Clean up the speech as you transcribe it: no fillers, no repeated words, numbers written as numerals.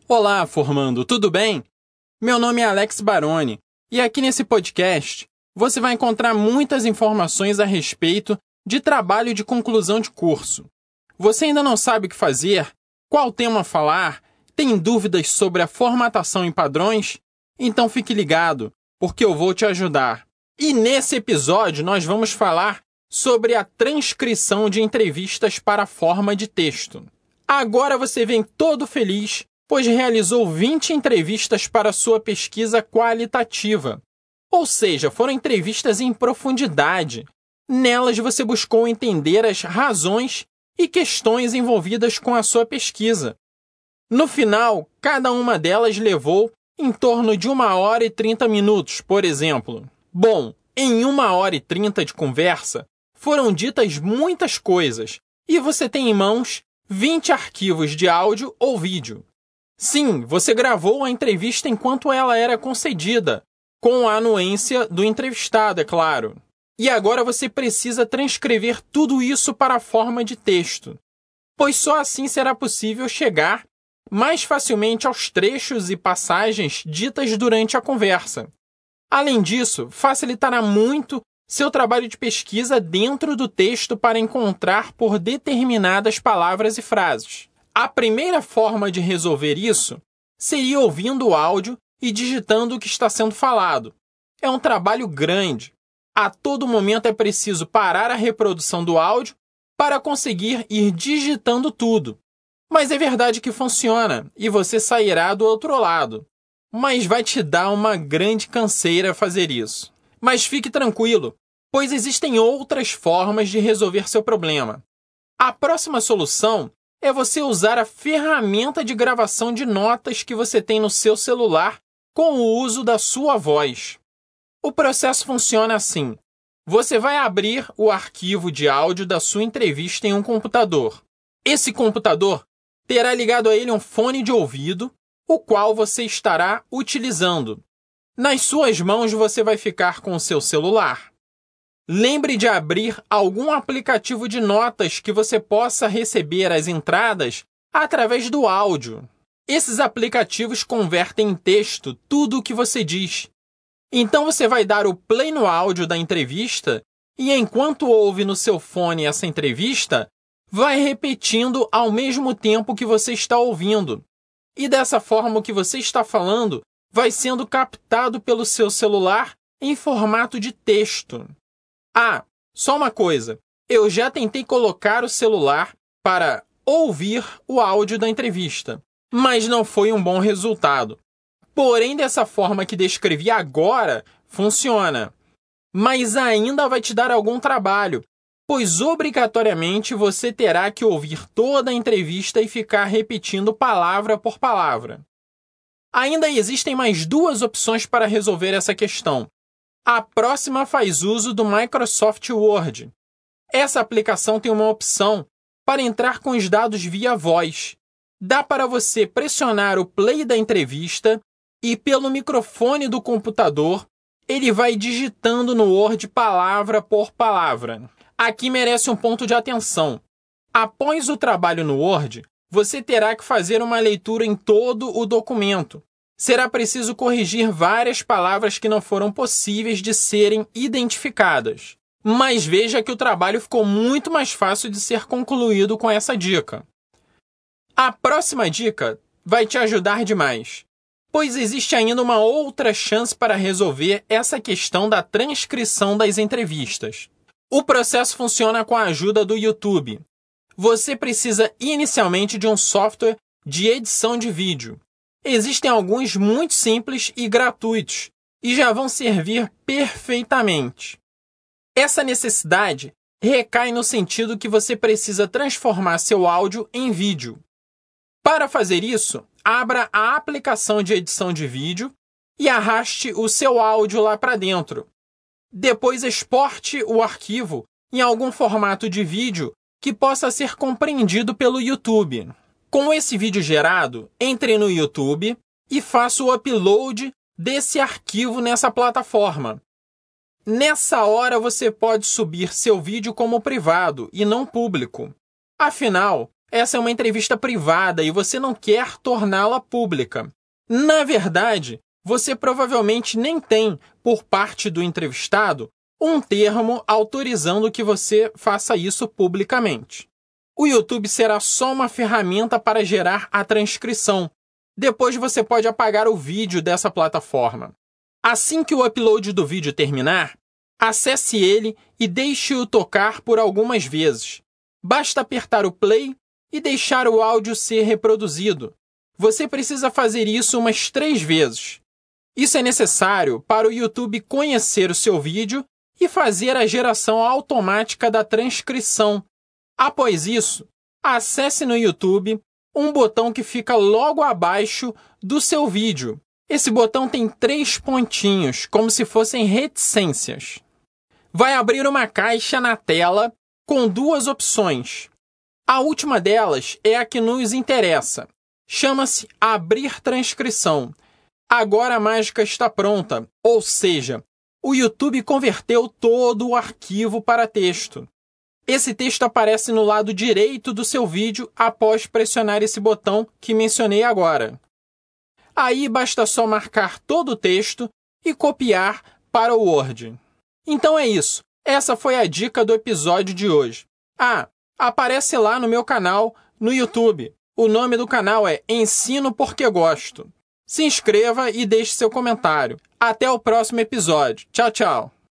Olá, formando, tudo bem? Meu nome é Alex Baroni e aqui nesse podcast você vai encontrar muitas informações a respeito de trabalho de conclusão de curso. Você ainda não sabe o que fazer? Qual tema falar? Tem dúvidas sobre a formatação em padrões? Então fique ligado, porque eu vou te ajudar. E nesse episódio nós vamos falar sobre a transcrição de entrevistas para a forma de texto. Agora você vem todo feliz, pois realizou 20 entrevistas para sua pesquisa qualitativa. Ou seja, foram entrevistas em profundidade. Nelas você buscou entender as razões e questões envolvidas com a sua pesquisa. No final, cada uma delas levou em torno de 1 hora e 30 minutos, por exemplo. Bom, em 1 hora e 30 de conversa, foram ditas muitas coisas e você tem em mãos 20 arquivos de áudio ou vídeo. Sim, você gravou a entrevista enquanto ela era concedida, com a anuência do entrevistado, é claro. E agora você precisa transcrever tudo isso para a forma de texto, pois só assim será possível chegar mais facilmente aos trechos e passagens ditas durante a conversa. Além disso, facilitará muito seu trabalho de pesquisa dentro do texto para encontrar por determinadas palavras e frases. A primeira forma de resolver isso seria ouvindo o áudio e digitando o que está sendo falado. É um trabalho grande. A todo momento é preciso parar a reprodução do áudio para conseguir ir digitando tudo. Mas é verdade que funciona e você sairá do outro lado. Mas vai te dar uma grande canseira fazer isso. Mas fique tranquilo, pois existem outras formas de resolver seu problema. A próxima solução é você usar a ferramenta de gravação de notas que você tem no seu celular com o uso da sua voz. O processo funciona assim. Você vai abrir o arquivo de áudio da sua entrevista em um computador. Esse computador terá ligado a ele um fone de ouvido, o qual você estará utilizando. Nas suas mãos você vai ficar com o seu celular. Lembre de abrir algum aplicativo de notas que você possa receber as entradas através do áudio. Esses aplicativos convertem em texto tudo o que você diz. Então você vai dar o play no áudio da entrevista e enquanto ouve no seu fone essa entrevista, vai repetindo ao mesmo tempo que você está ouvindo. E dessa forma o que você está falando vai sendo captado pelo seu celular em formato de texto. Ah, só uma coisa. Eu já tentei colocar o celular para ouvir o áudio da entrevista, mas não foi um bom resultado. Porém, dessa forma que descrevi agora, funciona. Mas ainda vai te dar algum trabalho, pois obrigatoriamente você terá que ouvir toda a entrevista e ficar repetindo palavra por palavra. Ainda existem mais 2 opções para resolver essa questão. A próxima faz uso do Microsoft Word. Essa aplicação tem uma opção para entrar com os dados via voz. Dá para você pressionar o play da entrevista e pelo microfone do computador, ele vai digitando no Word palavra por palavra. Aqui merece um ponto de atenção. Após o trabalho no Word, você terá que fazer uma leitura em todo o documento. Será preciso corrigir várias palavras que não foram possíveis de serem identificadas. Mas veja que o trabalho ficou muito mais fácil de ser concluído com essa dica. A próxima dica vai te ajudar demais, pois existe ainda uma outra chance para resolver essa questão da transcrição das entrevistas. O processo funciona com a ajuda do YouTube. Você precisa inicialmente de um software de edição de vídeo. Existem alguns muito simples e gratuitos, e já vão servir perfeitamente. Essa necessidade recai no sentido que você precisa transformar seu áudio em vídeo. Para fazer isso, abra a aplicação de edição de vídeo e arraste o seu áudio lá para dentro. Depois exporte o arquivo em algum formato de vídeo que possa ser compreendido pelo YouTube. Com esse vídeo gerado, entre no YouTube e faça o upload desse arquivo nessa plataforma. Nessa hora você pode subir seu vídeo como privado e não público. Afinal, essa é uma entrevista privada e você não quer torná-la pública. Na verdade, você provavelmente nem tem, por parte do entrevistado, um termo autorizando que você faça isso publicamente. O YouTube será só uma ferramenta para gerar a transcrição. Depois você pode apagar o vídeo dessa plataforma. Assim que o upload do vídeo terminar, acesse ele e deixe-o tocar por algumas vezes. Basta apertar o play e deixar o áudio ser reproduzido. Você precisa fazer isso umas 3 vezes. Isso é necessário para o YouTube conhecer o seu vídeo e fazer a geração automática da transcrição. Após isso, acesse no YouTube um botão que fica logo abaixo do seu vídeo. Esse botão tem 3 pontinhos, como se fossem reticências. Vai abrir uma caixa na tela com 2 opções. A última delas é a que nos interessa. Chama-se Abrir Transcrição. Agora a mágica está pronta, ou seja, o YouTube converteu todo o arquivo para texto. Esse texto aparece no lado direito do seu vídeo após pressionar esse botão que mencionei agora. Aí basta só marcar todo o texto e copiar para o Word. Então é isso. Essa foi a dica do episódio de hoje. Aparece lá no meu canal no YouTube. O nome do canal é Ensino Porque Gosto. Se inscreva e deixe seu comentário. Até o próximo episódio. Tchau, tchau.